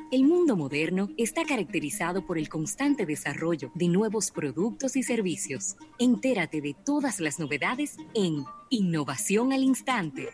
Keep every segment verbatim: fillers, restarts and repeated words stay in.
El mundo moderno está caracterizado por el constante desarrollo de nuevos productos y servicios. Entérate de todas las novedades en Innovación al Instante.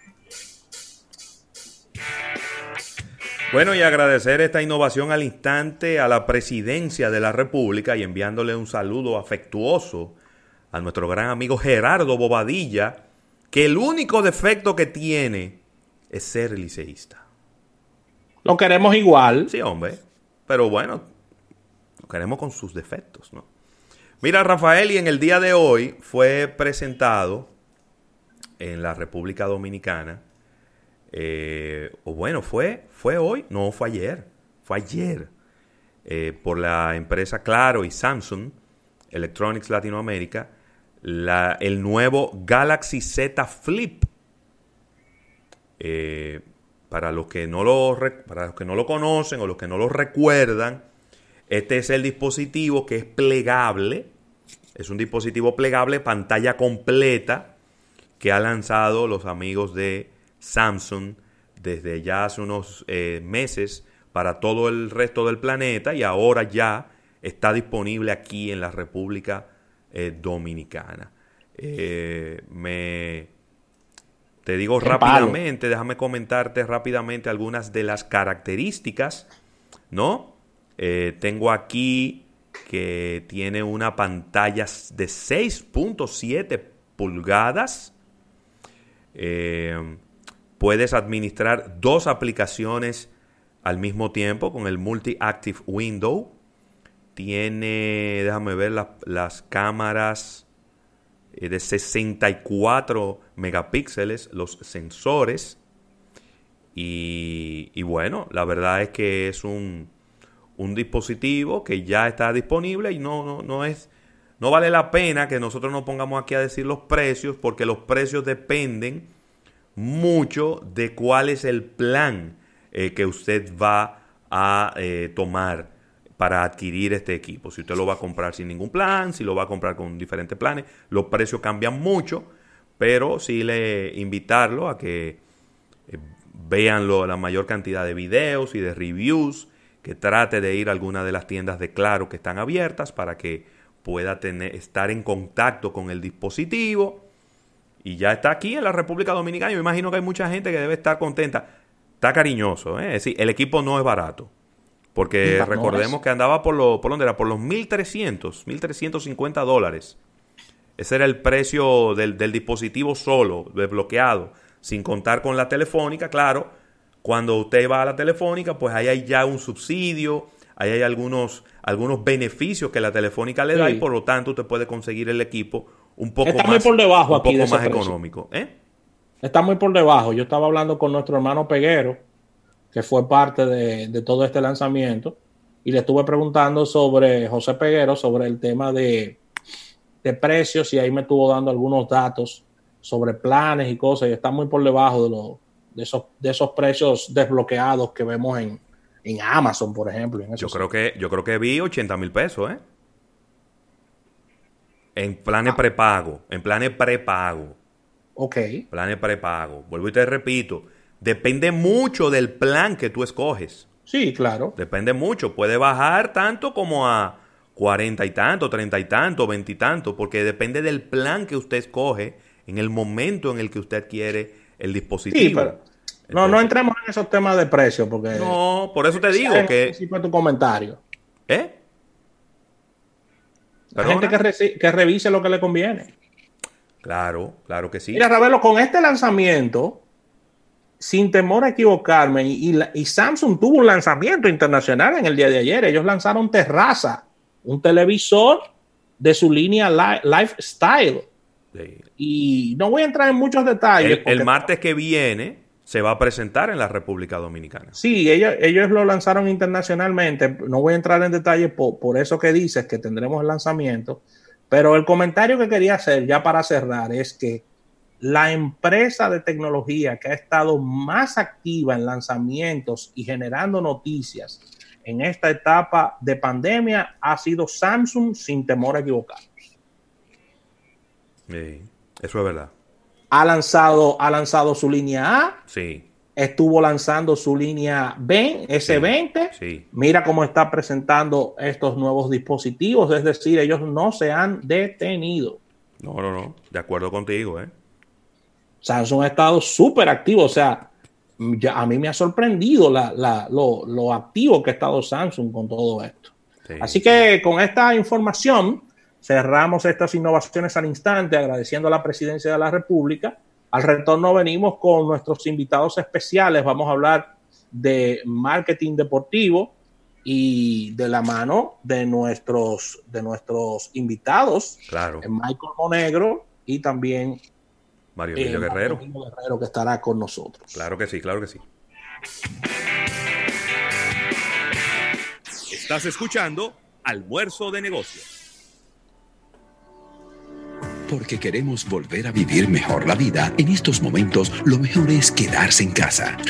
Bueno, y agradecer esta innovación al instante a la Presidencia de la República y enviándole un saludo afectuoso a nuestro gran amigo Gerardo Bobadilla, que el único defecto que tiene es ser liceísta. Lo queremos igual. Sí, hombre. Pero bueno, lo queremos con sus defectos, ¿no? Mira, Rafael, y en el día de hoy fue presentado en la República Dominicana, eh, o bueno, fue, fue hoy, no, fue ayer, fue ayer, eh, por la empresa Claro y Samsung Electronics Latinoamérica, la, el nuevo Galaxy Z Flip. Eh... Para los que no lo para los que no lo conocen o los que no lo recuerdan, este es el dispositivo que es plegable. Es un dispositivo plegable, pantalla completa, que ha lanzado los amigos de Samsung desde ya hace unos eh, meses para todo el resto del planeta, y ahora ya está disponible aquí en la República eh, Dominicana. Eh, me... Te digo Qué rápidamente, palo. déjame comentarte rápidamente algunas de las características, ¿no? Eh, tengo aquí que tiene una pantalla de seis punto siete pulgadas. Eh, puedes administrar dos aplicaciones al mismo tiempo con el Multi-Active Window. Tiene, déjame ver las, las cámaras de sesenta y cuatro megapíxeles, los sensores. Y, y bueno, la verdad es que es un, un dispositivo que ya está disponible y no, no, no es, no vale la pena que nosotros nos pongamos aquí a decir los precios, porque los precios dependen mucho de cuál es el plan eh, que usted va a eh, tomar para adquirir este equipo. Si usted lo va a comprar sin ningún plan, si lo va a comprar con diferentes planes, los precios cambian mucho, pero sí le invitarlo a que eh, vean lo, la mayor cantidad de videos y de reviews, que trate de ir a alguna de las tiendas de Claro que están abiertas para que pueda tener, estar en contacto con el dispositivo. Y ya está aquí en la República Dominicana. Yo imagino que hay mucha gente que debe estar contenta. Está cariñoso, ¿eh? Es decir, el equipo no es barato. Porque no, recordemos no es. que andaba por, lo, por, ¿dónde era? Por los mil trescientos, mil trescientos cincuenta dólares. Ese era el precio del, del dispositivo solo, desbloqueado, sin contar con la telefónica. Claro, cuando usted va a la telefónica, pues ahí hay ya un subsidio, ahí hay algunos, algunos beneficios que la telefónica le sí. da, y por lo tanto usted puede conseguir el equipo un poco Está más, muy por debajo un aquí poco de más ese económico. ¿Eh? Está muy por debajo. Yo estaba hablando con nuestro hermano Peguero, que fue parte de, de todo este lanzamiento, y le estuve preguntando sobre José Peguero, sobre el tema de, de precios, y ahí me estuvo dando algunos datos sobre planes y cosas, y está muy por debajo de, lo, de, esos, de esos precios desbloqueados que vemos en, en Amazon, por ejemplo. En yo, creo que, yo creo que vi ochenta mil pesos, ¿eh? En planes ah. prepago, en planes prepago. Ok. Planes prepago. Vuelvo y te repito, depende mucho del plan que tú escoges. Sí, claro. Depende mucho. Puede bajar tanto como a cuarenta y tanto, treinta y tanto, veinte y tanto, porque depende del plan que usted escoge en el momento en el que usted quiere el dispositivo. Sí, pero Entonces, no, no entremos en esos temas de precio, porque... No, por eso te digo que... Sí, fue tu comentario. ¿Eh? La gente que, reci- que revise lo que le conviene. Claro, claro que sí. Mira, Ravelo, con este lanzamiento, sin temor a equivocarme, y, y, y Samsung tuvo un lanzamiento internacional en el día de ayer. Ellos lanzaron Terraza, un televisor de su línea li- Lifestyle. Sí. Y no voy a entrar en muchos detalles. El, el martes que viene se va a presentar en la República Dominicana. Sí, ellos, ellos lo lanzaron internacionalmente. No voy a entrar en detalles por, por eso que dices que tendremos el lanzamiento. Pero el comentario que quería hacer ya para cerrar es que la empresa de tecnología que ha estado más activa en lanzamientos y generando noticias en esta etapa de pandemia ha sido Samsung, sin temor a equivocarnos. Sí, eso es verdad. Ha lanzado, ha lanzado su línea A. Sí. estuvo lanzando su línea S veinte. Sí, sí. Mira cómo está presentando estos nuevos dispositivos, es decir, ellos no se han detenido. No, no, no, de acuerdo contigo, ¿eh? Samsung ha estado súper activo, o sea, ya a mí me ha sorprendido la, la, lo, lo activo que ha estado Samsung con todo esto. Sí, Así que con esta información cerramos estas innovaciones al instante, agradeciendo a la Presidencia de la República. Al retorno venimos con nuestros invitados especiales. Vamos a hablar de marketing deportivo y de la mano de nuestros, de nuestros invitados, claro. Michael Monegro y también Mario Emilio eh, Guerrero. Mario Emilio Guerrero, que estará con nosotros. Claro que sí, claro que sí. Estás escuchando Almuerzo de Negocios. Porque queremos volver a vivir mejor la vida, en estos momentos lo mejor es quedarse en casa.